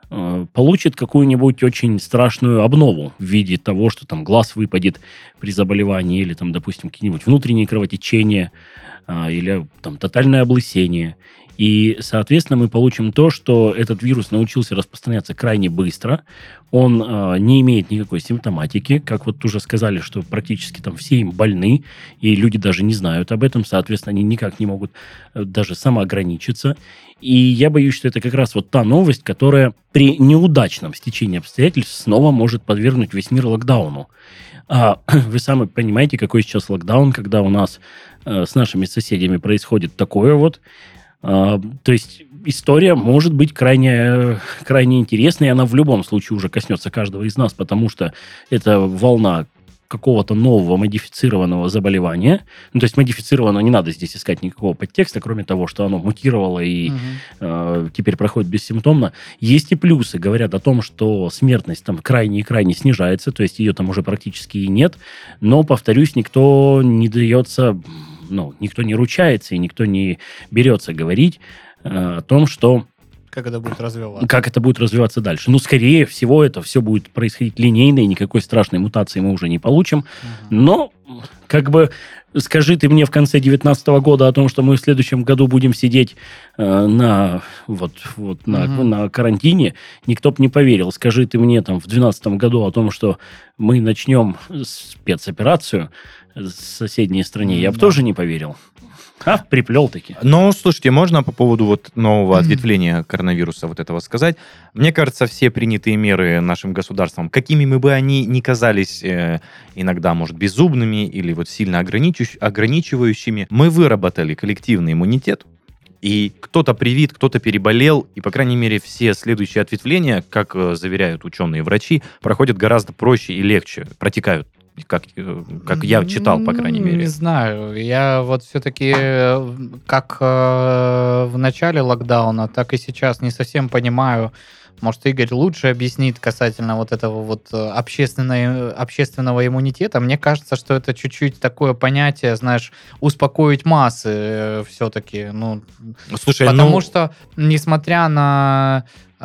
получит какую-нибудь очень страшную обнову в виде того, что там глаз выпадет при заболевании или, там, допустим, какие-нибудь внутренние кровотечения или там тотальное облысение. И, соответственно, мы получим то, что этот вирус научился распространяться крайне быстро. Он э, не имеет никакой симптоматики. Как вот уже сказали, что практически там все им больны, и люди даже не знают об этом. Соответственно, они никак не могут э, даже самоограничиться. И я боюсь, что это как раз вот та новость, которая при неудачном стечении обстоятельств снова может подвергнуть весь мир локдауну. А вы сами понимаете, какой сейчас локдаун, когда у нас э, с нашими соседями происходит такое вот. Uh, то есть история может быть крайне, крайне интересной, и она в любом случае уже коснется каждого из нас, потому что это волна какого-то нового модифицированного заболевания. Ну, то есть модифицированного не надо здесь искать никакого подтекста, кроме того, что оно мутировало и угу. uh, теперь проходит бессимптомно. Есть и плюсы. Говорят о том, что смертность там крайне и крайне снижается, то есть ее там уже практически и нет. Но, повторюсь, никто не дается... Ну, никто не ручается и никто не берется говорить э, о том, что... Как это будет развиваться. Как это будет развиваться дальше. Ну, скорее всего, это все будет происходить линейно, и никакой страшной мутации мы уже не получим. Угу. Но, как бы, скажи ты мне в конце две тысячи девятнадцатого года о том, что мы в следующем году будем сидеть э, на, вот, вот, на, угу. на карантине, никто бы не поверил. Скажи ты мне там в две тысячи двенадцатом году о том, что мы начнем спецоперацию в соседней стране, я бы да. тоже не поверил. А, приплел-таки. Ну, слушайте, можно по поводу вот нового ответвления коронавируса вот этого сказать? Мне кажется, все принятые меры нашим государством, какими мы бы они ни казались э, иногда, может, беззубными или вот сильно ограничивающими, ограничивающими, мы выработали коллективный иммунитет, и кто-то привит, кто-то переболел, и, по крайней мере, все следующие ответвления, как э, заверяют ученые и врачи, проходят гораздо проще и легче, протекают. Как, как я читал, по крайней мере. Не знаю. Я вот все-таки как э, в начале локдауна, так и сейчас не совсем понимаю. Может, Игорь лучше объяснит касательно вот этого вот общественного, общественного иммунитета. Мне кажется, что это чуть-чуть такое понятие, знаешь, успокоить массы все-таки. Ну, Слушай, потому ну... что, несмотря на...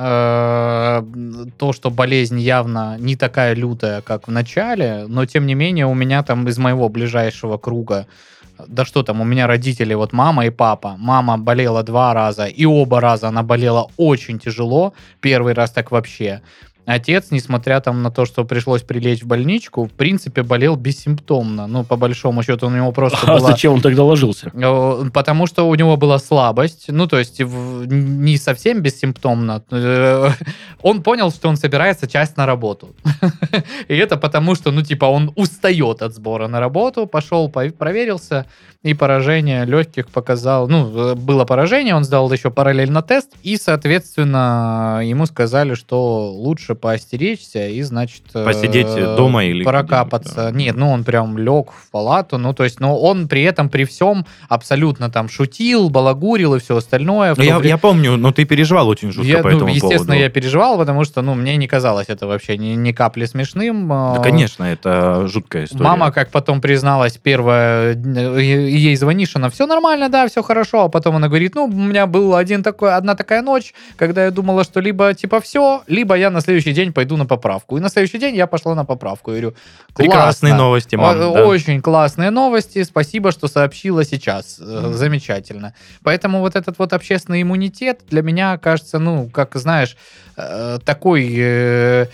то, что болезнь явно не такая лютая, как в начале, но, тем не менее, у меня там из моего ближайшего круга да что там, у меня родители, вот мама и папа. Мама болела два раза, и оба раза она болела очень тяжело. Первый раз так вообще. Отец, несмотря там на то, что пришлось прилечь в больничку, в принципе, болел бессимптомно. Ну, по большому счету, у него просто А была... зачем он тогда ложился? Потому что у него была слабость. Ну, то есть, не совсем бессимптомно. Он понял, что он собирается часть на работу. И это потому, что, ну, типа, он устает от сбора на работу, пошел, проверился, и поражение легких показал. Ну, было поражение, он сдал еще параллельно тест, и, соответственно, ему сказали, что лучше поостеречься и, значит... Посидеть дома или... Прокапаться. Да. Нет, ну, он прям лег в палату, ну, то есть, ну, он при этом, при всем абсолютно там шутил, балагурил и все остальное. Я, я помню, но ты переживал очень жутко я, по ну, этому естественно, поводу. я переживал, потому что, ну, мне не казалось это вообще ни, ни капли смешным. Да, конечно, это жуткая история. Мама, как потом призналась, первая, ей звонишь, она, все нормально, да, все хорошо, а потом она говорит, ну, у меня была один такой, одна такая ночь, когда я думала, что либо, типа, все, либо я на следующий день пойду на поправку. И на следующий день я пошла на поправку. Я говорю, прекрасные новости, мам. О- да. Очень классные новости, спасибо, что сообщила сейчас. Mm. Замечательно. Поэтому вот этот вот общественный иммунитет для меня кажется, ну, как, знаешь, такой... Э-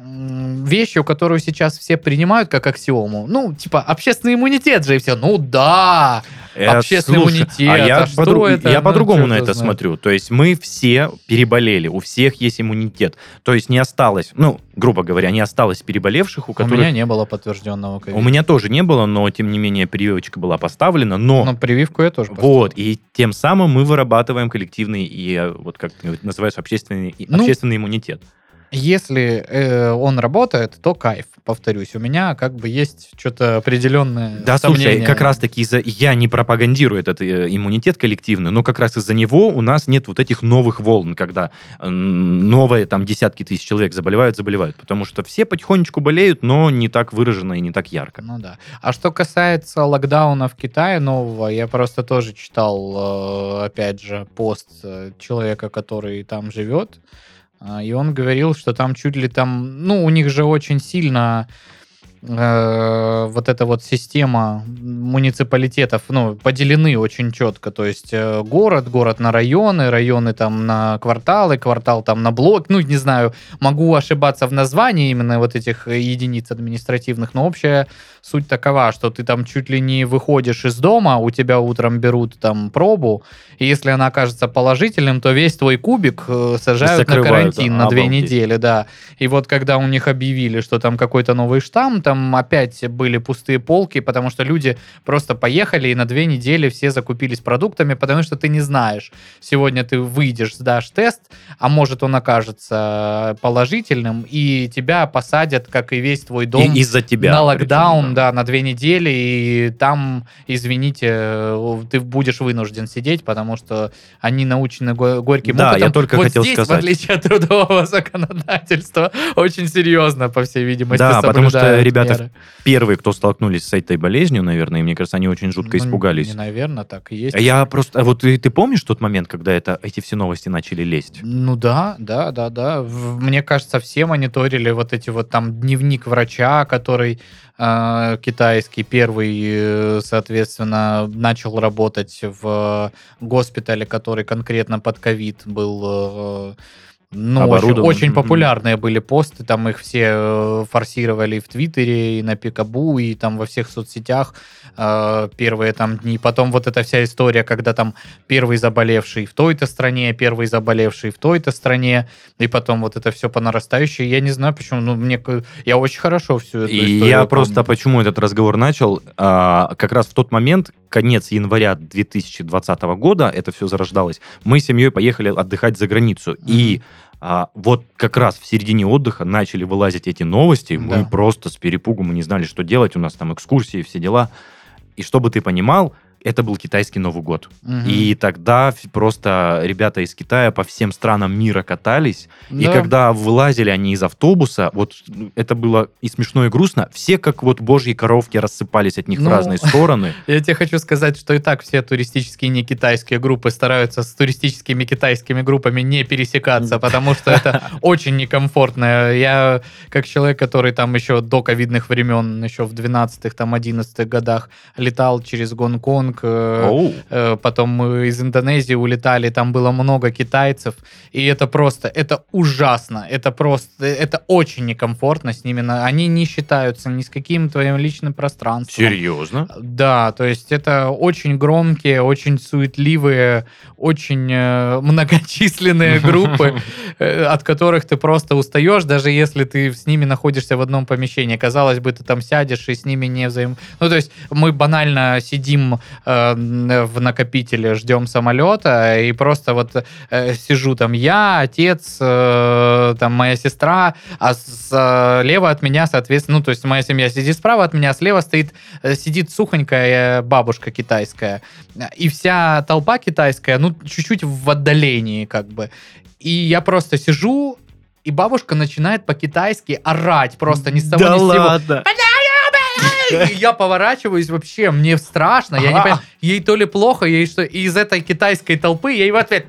вещью, которую сейчас все принимают как аксиому. Ну, типа, общественный иммунитет же и все. Ну да, э, общественный слушай, иммунитет. А я, а что подру- это? я Ну, по-другому на это знает. смотрю. То есть мы все переболели, у всех есть иммунитет. То есть не осталось, ну, грубо говоря, не осталось переболевших, у которых... У меня не было подтвержденного ковида. У меня тоже не было, но, тем не менее, прививочка была поставлена, но... Но прививку я тоже поставил. Вот, и тем самым мы вырабатываем коллективный и, вот как ты называешь, общественный, Ну, общественный иммунитет. Если э, он работает, то кайф, повторюсь. У меня как бы есть что-то определенное Да, сомнение. слушай, как раз-таки из-за... Я не пропагандирую этот э, иммунитет коллективный, но как раз из-за него у нас нет вот этих новых волн, когда э, новые там десятки тысяч человек заболевают, заболевают. Потому что все потихонечку болеют, но не так выраженно и не так ярко. Ну да. А что касается локдауна в Китае нового, я просто тоже читал, э, опять же, пост человека, который там живет. И он говорил, что там чуть ли там... Ну, у них же очень сильно э, вот эта вот система муниципалитетов, ну, поделены очень четко. То есть э, город, город на районы, районы там на кварталы, квартал там на блок. Ну, не знаю, могу ошибаться в названии именно вот этих единиц административных, но общая суть такова, что ты там чуть ли не выходишь из дома, у тебя утром берут там пробу, и если она окажется положительным, то весь твой кубик э, сажают на карантин на две обалдеть. недели, да. И вот когда у них объявили, что там какой-то новый штамм, там опять были пустые полки, потому что люди просто поехали и на две недели все закупились продуктами, потому что ты не знаешь. Сегодня ты выйдешь, сдашь тест, а может он окажется положительным, и тебя посадят, как и весь твой дом, И из-за тебя. на локдаун, причем, да, на две недели, и там, извините, ты будешь вынужден сидеть, потому что они научены го- горьким Да, опытом. я только вот хотел здесь, сказать. в отличие от трудового законодательства, очень серьезно, по всей видимости, Да, потому что соблюдают ребята меры. Первые, кто столкнулись с этой болезнью, наверное, и мне кажется, они очень жутко Ну, испугались. Не, наверное, так и есть. Я просто... Вот ты, ты помнишь тот момент, когда это, эти все новости начали лезть? Ну да, да, да, да. В- Мне кажется, все мониторили вот эти вот там дневник врача, который э, китайский первый, э, соответственно, начал работать в госпитале, который конкретно под ковид был. э, Ну, очень, Оборудован. очень Мгм. популярные были посты, там их все э, форсировали и в Твиттере, и на Пикабу, и там во всех соцсетях э, первые там дни. Потом вот эта вся история, когда там первый заболевший в той-то стране, первый заболевший в той-то стране, и потом вот это все по нарастающей. Я не знаю, почему, ну, мне, к- я очень хорошо всю эту И историю я помню. просто почему этот разговор начал? А, как раз в тот момент, конец января две тысячи двадцатого года, это все зарождалось, мы с семьей поехали отдыхать за границу. И а, вот как раз в середине отдыха начали вылазить эти новости, мы Да. просто с перепугу, мы не знали, что делать, у нас там экскурсии, все дела. И чтобы ты понимал, это был китайский Новый год. Мгм. И тогда ф- просто ребята из Китая по всем странам мира катались. И Да. когда вылазили они из автобуса, вот ну, это было и смешно, и грустно, все как вот божьи коровки рассыпались от них в Ну, разные стороны. Я тебе хочу сказать, что и так все туристические не китайские группы стараются с туристическими китайскими группами не пересекаться, потому что это очень некомфортно. Я, как человек, который там еще до ковидных времен, еще в двенадцатых, там, одиннадцатых годах летал через Гонконг, э, Оу. э, потом мы из Индонезии улетали, там было много китайцев, и это просто, это ужасно, это просто, это очень некомфортно с ними, на- они не считаются ни с каким твоим личным пространством. Серьезно? Да, то есть это очень громкие, очень суетливые, очень э, многочисленные группы, э, от которых ты просто устаешь, даже если ты с ними находишься в одном помещении. Казалось бы, ты там сядешь и с ними не взаим... Ну, то есть мы банально сидим э, в накопителе, ждем самолета, и просто вот э, сижу там я, отец, э, там моя сестра, а слева от меня, соответственно, ну, то есть моя семья сидит справа от меня, а слева стоит, э, сидит сухонькая бабушка китайская. И вся толпа китайская, ну, чуть-чуть в отдалении, как бы. И я просто сижу, и бабушка начинает по-китайски орать просто ни с того Да ни с сего. ладно. И я поворачиваюсь вообще, мне страшно, я не Ага. понимаю, ей то ли плохо, ей что, и из этой китайской толпы ей в ответ...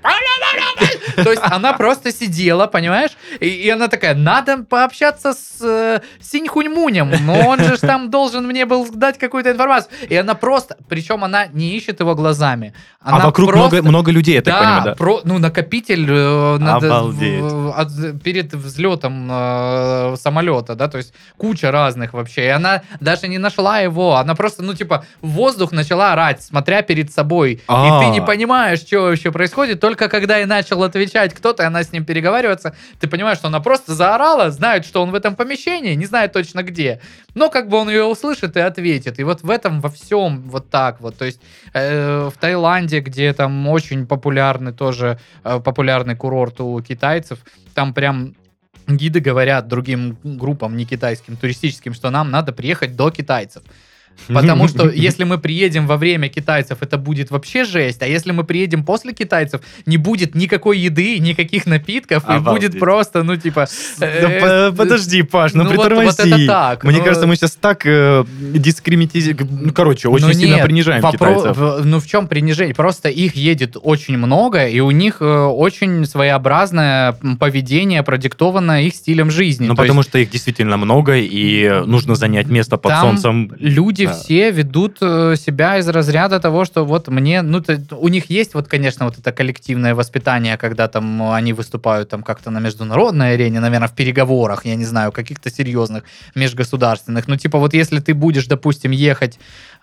То есть она просто сидела, понимаешь, и, и она такая, надо пообщаться с э, Синь-Хунь-Мунем, но он же ж там должен мне был дать какую-то информацию. И она просто, причем она не ищет его глазами. А Она вокруг просто- много, много людей, я так да, понимаю, да? про- ну, накопитель э, надо Обалдеть. в- от- перед взлетом э, самолета, да, то есть куча разных вообще. И она даже не нашла его, она просто, ну, типа, в воздух начала орать, смотря перед собой. А. И ты не понимаешь, что вообще происходит, только когда я начал отвечать кто-то, и она с ним переговариваться, ты понимаешь, что она просто заорала, знает, что он в этом помещении, не знает точно где. Но как бы он ее услышит и ответит. И вот в этом во всем вот так вот. То есть э, в Таиланде, где там очень популярный тоже, э, популярный курорт у китайцев, там прям гиды говорят другим группам, не китайским, туристическим, что нам надо приехать до китайцев. Потому что если мы приедем во время китайцев, это будет вообще жесть. А если мы приедем после китайцев, не будет никакой еды, никаких напитков, и Обалдеть. будет просто, ну, типа... Да э, по- подожди, Паш, ну, ну, вот- притормози. вот это так, Мне ну- кажется, мы сейчас так э, дискриминизируем, ну, короче, очень Ну, сильно нет, принижаем вопро- китайцев. в- ну, в чем принижение? Просто их едет очень много, и у них э, очень своеобразное м, поведение, продиктованное их стилем жизни. Ну, То потому есть что их действительно много, и э, нужно занять место под там солнцем. люди Да. все ведут э, себя из разряда того, что вот мне, ну, то- у них есть вот, конечно, вот это коллективное воспитание, когда там э, они выступают там как-то на международной арене, наверное, в переговорах, я не знаю, каких-то серьезных межгосударственных. Ну, типа вот если ты будешь, допустим, ехать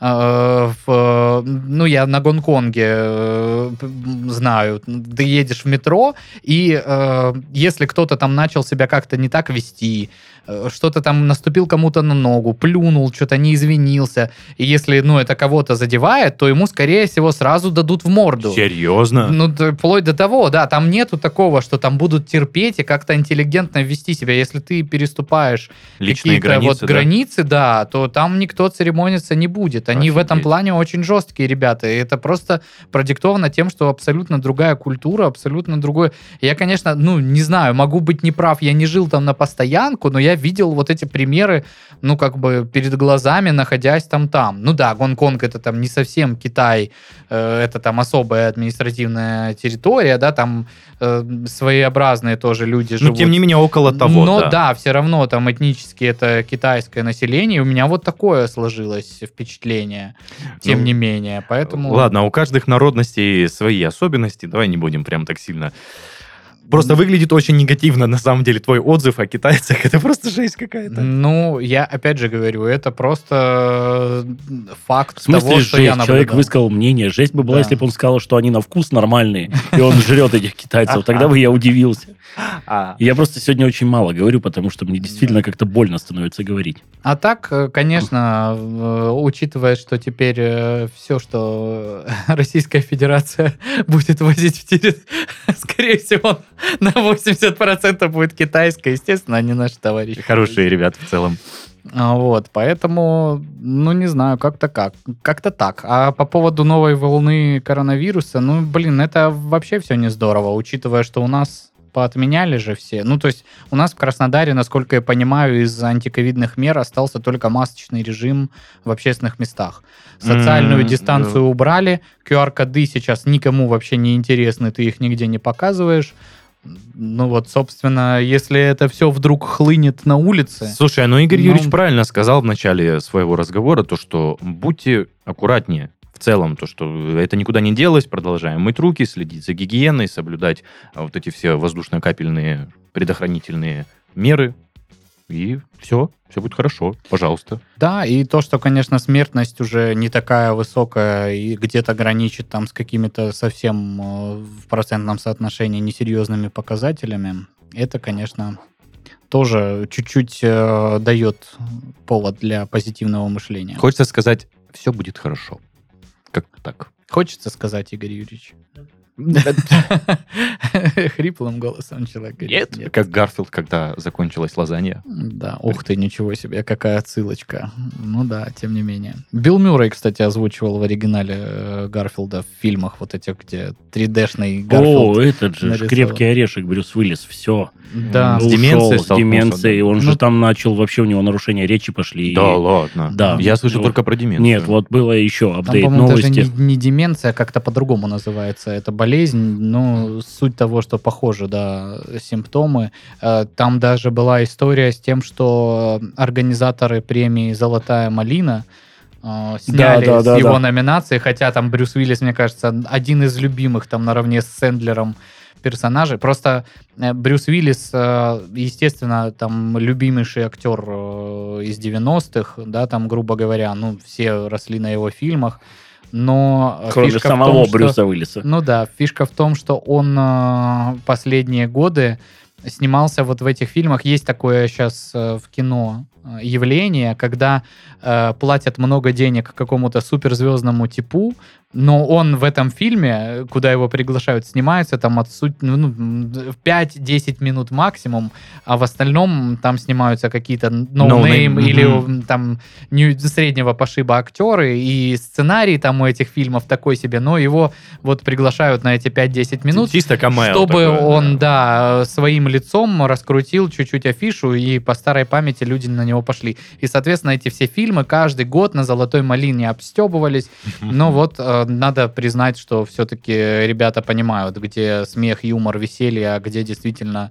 э, в, э, ну, я на Гонконге э, п- м, знаю, ты едешь в метро, и э, если кто-то там начал себя как-то не так вести, э, что-то там наступил кому-то на ногу, плюнул, что-то не извинился, и если, ну, это кого-то задевает, то ему, скорее всего, сразу дадут в морду. Серьезно? Ну, да, вплоть до того, да, там нету такого, что там будут терпеть и как-то интеллигентно вести себя. Если ты переступаешь Личные какие-то границы, вот да? границы, да, то там никто церемониться не будет. Они в этом Офигеть. плане очень жесткие ребята. И это просто продиктовано тем, что абсолютно другая культура, абсолютно другое. Я, конечно, ну, не знаю, могу быть неправ, я не жил там на постоянку, но я видел вот эти примеры, ну, как бы перед глазами, находясь там-там. Ну да, Гонконг это там не совсем Китай, э, это там особая административная территория, да, там э, своеобразные тоже люди Ну, живут. тем не менее, около того, Но да. да. все равно там этнически это китайское население. У меня вот такое сложилось впечатление, тем Ну, не менее. Поэтому... Ладно, у каждых народностей свои особенности. Давай не будем прям так сильно... Просто выглядит очень негативно, на самом деле, твой отзыв о китайцах. Это просто жесть какая-то. Ну, я опять же говорю, это просто факт В смысле, того, что я жесть? Человек наблюдал. высказал мнение. Жесть бы была, Да. если бы он сказал, что они на вкус нормальные, и он жрет этих китайцев. Тогда бы я удивился. А, Я просто сегодня очень мало говорю, потому что мне действительно как-то больно становится говорить. А так, э, конечно, э, учитывая, что теперь все, что Российская Федерация будет возить в территорию, скорее всего, на восемьдесят процентов будет китайское, естественно, они наши товарищи. Хорошие ребята в целом. А, Вот, поэтому, ну, не знаю, как-то как. Как-то так. А по поводу новой волны коронавируса, ну, блин, это вообще все не здорово, учитывая, что у нас поотменяли же все. Ну, то есть у нас в Краснодаре, насколько я понимаю, из антиковидных мер остался только масочный режим в общественных местах. Социальную М, дистанцию да. убрали, ку ар-коды сейчас никому вообще не интересны, ты их нигде не показываешь. Ну вот, собственно, если это все вдруг хлынет на улице... Слушай, ну Игорь Ну, Юрьевич правильно сказал в начале своего разговора, то, что будьте аккуратнее в целом, то, что это никуда не делось, продолжаем мыть руки, следить за гигиеной, соблюдать а, вот эти все воздушно-капельные предохранительные меры, и все, все будет хорошо, пожалуйста. Да, и то, что, конечно, смертность уже не такая высокая и где-то граничит там с какими-то совсем э, в процентном соотношении несерьезными показателями, это, конечно, тоже чуть-чуть э, дает повод для позитивного мышления. Хочется сказать, все будет хорошо. Как так? Хочется сказать, Игорь Юрьевич? Хриплым голосом человек говорит. Нет. Как Гарфилд, когда закончилась лазанья. Да, ух ты, ничего себе, какая отсылочка. Ну да, тем не менее. Билл Мюррей, кстати, озвучивал в оригинале э, Гарфилда в фильмах вот этих, где три дэ-шный Гарфилд. О, этот же нарисовал. крепкий орешек Брюс Уиллис, все. Да. С Ушел деменцией с столкнулся, деменцией. да. Он Ну, же там начал, вообще у него нарушение речи пошли. Да ладно. Да. Я слышал Вот. только про деменцию. Нет, вот было еще Там, апдейт по-моему, новости. даже не, не деменция, а как-то по-другому называется. Это болезнь, но суть того, что похожи, да, симптомы. Э, Там даже была история с тем, что организаторы премии «Золотая малина» э, сняли да, с да, его да. номинации, хотя там Брюс Уиллис, мне кажется, один из любимых там наравне с Сэндлером персонажей. Просто э, Брюс Уиллис, э, естественно, там любимейший актер э, из девяностых, да, там, грубо говоря, ну, все росли на его фильмах, но э, Кроме фишка в самого том, что- Брюса Уиллиса. ну да, фишка в том, что он э, последние годы снимался вот в этих фильмах. Есть такое сейчас в кино э, явление, когда э, платят много денег какому-то суперзвездному типу, но он в этом фильме, куда его приглашают, снимается там от суть, ну, ну, пять-десять минут максимум, а в остальном там снимаются какие-то ноунейм No name, или мгм. там не- среднего пошиба актеры, и сценарий там у этих фильмов такой себе, но его вот приглашают на эти пять-десять минут, Чисто камео чтобы такое, он, да. да, своим лицом раскрутил чуть-чуть афишу, и по старой памяти люди на него пошли. И, соответственно, эти все фильмы каждый год на «Золотой малине» обстебывались. Но вот э, надо признать, что все-таки ребята понимают, где смех, юмор, веселье, а где действительно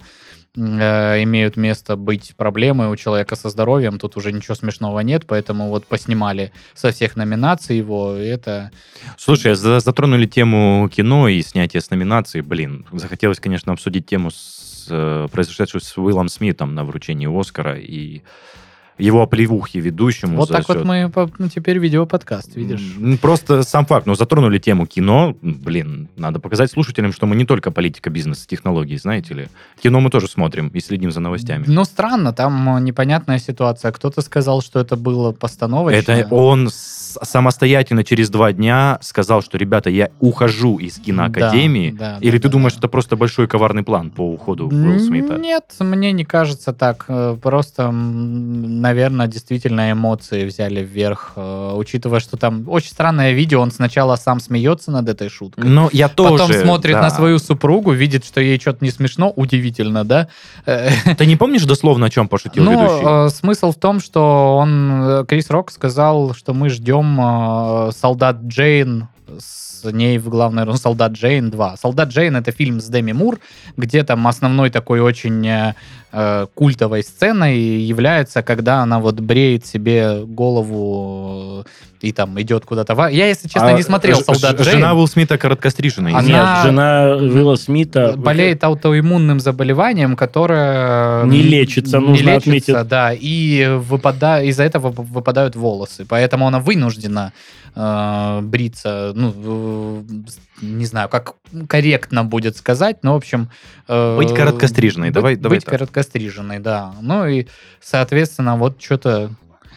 э, имеют место быть проблемы у человека со здоровьем. Тут уже ничего смешного нет, поэтому вот поснимали со всех номинаций его, и это... Слушай, за- затронули тему кино и снятия с номинаций. Блин, захотелось, конечно, обсудить тему, с, э, произошедшую с Уиллом Смитом на вручении Оскара и его оплеухи ведущему. Вот за так вот счет- мы по- ну, теперь видеоподкаст, видишь? М, Просто сам факт. Ну, затронули тему кино. Блин, надо показать слушателям, что мы не только политика, бизнес, технологии, знаете ли. Кино мы тоже смотрим и следим за новостями. Ну, странно, там э, непонятная ситуация. Кто-то сказал, что это было постановочно. Это он с- самостоятельно через два дня сказал, что, ребята, я ухожу из киноакадемии. Да, да, Или да, ты да, думаешь, да. это просто большой коварный план по уходу Уилла Смита? Нет, мне не кажется так. Э, Просто, м, наверное, действительно эмоции взяли вверх. э, Учитывая, что там очень странное видео, он сначала сам смеется над этой шуткой. Ну, я тоже... Потом смотрит да. на свою супругу, видит, что ей что-то не смешно, удивительно, да? Э, Ты не помнишь дословно, о чем пошутил ведущий? Ну, э, смысл в том, что он, э, Крис Рок сказал, что мы ждем э, «Солдат Джейн», с ней в главной роли «Солдат Джейн два». «Солдат Джейн» — это фильм с Деми Мур, где там основной такой очень э, э, культовой сценой является, когда она вот бреет себе голову э, и там идет куда-то. в- Я, если честно, А не смотрел ж- «Солдат ж- Джейн». Жена Уилла Смита короткостриженная. Она- Нет, жена Уилла Смита... болеет аутоиммунным заболеванием, которое Не лечится, не нужно лечится, отметить. да, и выпада... из-за этого выпадают волосы, поэтому она вынуждена э, бриться, ну, э, не знаю, как корректно будет сказать, но, в общем... э, Быть короткостриженной, быть- давай- давай Быть так. короткостриженной, да. Ну и, соответственно, вот что-то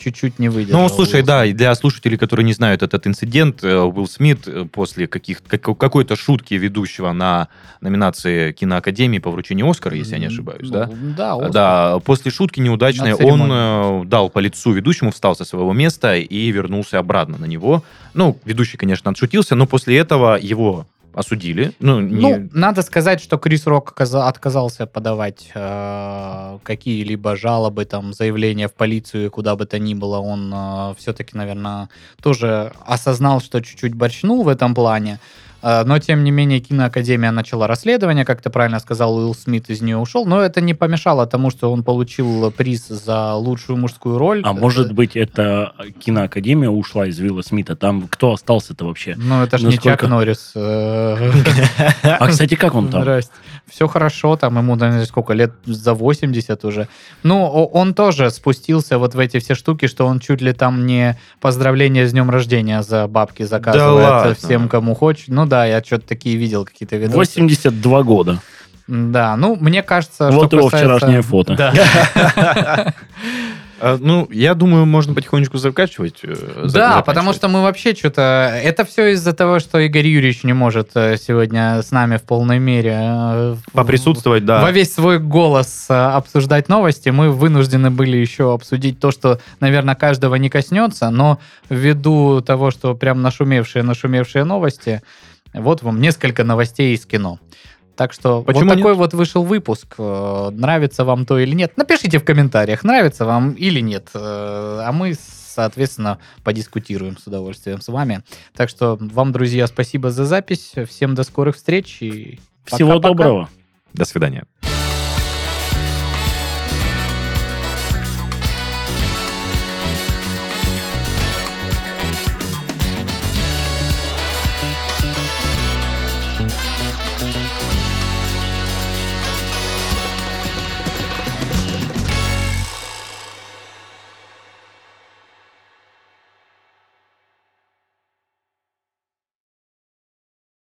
чуть-чуть не выдержал. Ну, слушай, Уилл да, Смит. и для слушателей, которые не знают этот инцидент, э, Уилл Смит э, после каких, как- какой-то шутки ведущего на номинации Киноакадемии по вручению Оскара, если я не ошибаюсь, Ну, да? Да, Оскар. Да, после шутки неудачной На он церемонии. э, дал по лицу ведущему, встал со своего места и вернулся обратно на него. Ну, ведущий, конечно, отшутился, но после этого его осудили. Ну, не... Ну, надо сказать, что Крис Рок оказа- отказался подавать э, какие-либо жалобы, там, заявления в полицию, куда бы то ни было. Он э, все-таки, наверное, тоже осознал, что чуть-чуть борчнул в этом плане. Э, но, тем не менее, Киноакадемия начала расследование, как ты правильно сказал, Уилл Смит из нее ушел. Но это не помешало тому, что он получил приз за лучшую мужскую роль. А может быть, это Киноакадемия ушла из Уилла Смита? Там кто остался-то вообще? Ну, это же Ну, не Чак сколько? Норрис. э, А, кстати, как он там? Здрасте. Все хорошо, там ему, наверное, сколько, лет за восемьдесят уже. Ну, о- он тоже спустился вот в эти все штуки, что он чуть ли там не поздравления с днем рождения за бабки заказывает ладно. всем, кому хочет. Ну да, я что-то такие видел, какие-то видосы. восемьдесят два года. Да, ну, мне кажется, Вот что его касается- вчерашнее фото. Да. А, ну, я думаю, можно потихонечку заканчивать. э, за- Да, заканчивать. потому что мы вообще что-то... Это все из-за того, что Игорь Юрьевич не может э, сегодня с нами в полной мере э, в- Поприсутствовать, да. во весь свой голос э, обсуждать новости. Мы вынуждены были еще обсудить то, что, наверное, каждого не коснется, но ввиду того, что прям нашумевшие-нашумевшие новости, вот вам несколько новостей из кино. Так что Почему вот такой нет? вот вышел выпуск. Э, Нравится вам то или нет? Напишите в комментариях, нравится вам или нет. Э, А мы, соответственно, подискутируем с удовольствием с вами. Так что вам, друзья, спасибо за запись. Всем до скорых встреч. И Всего пока-пока. доброго. До свидания.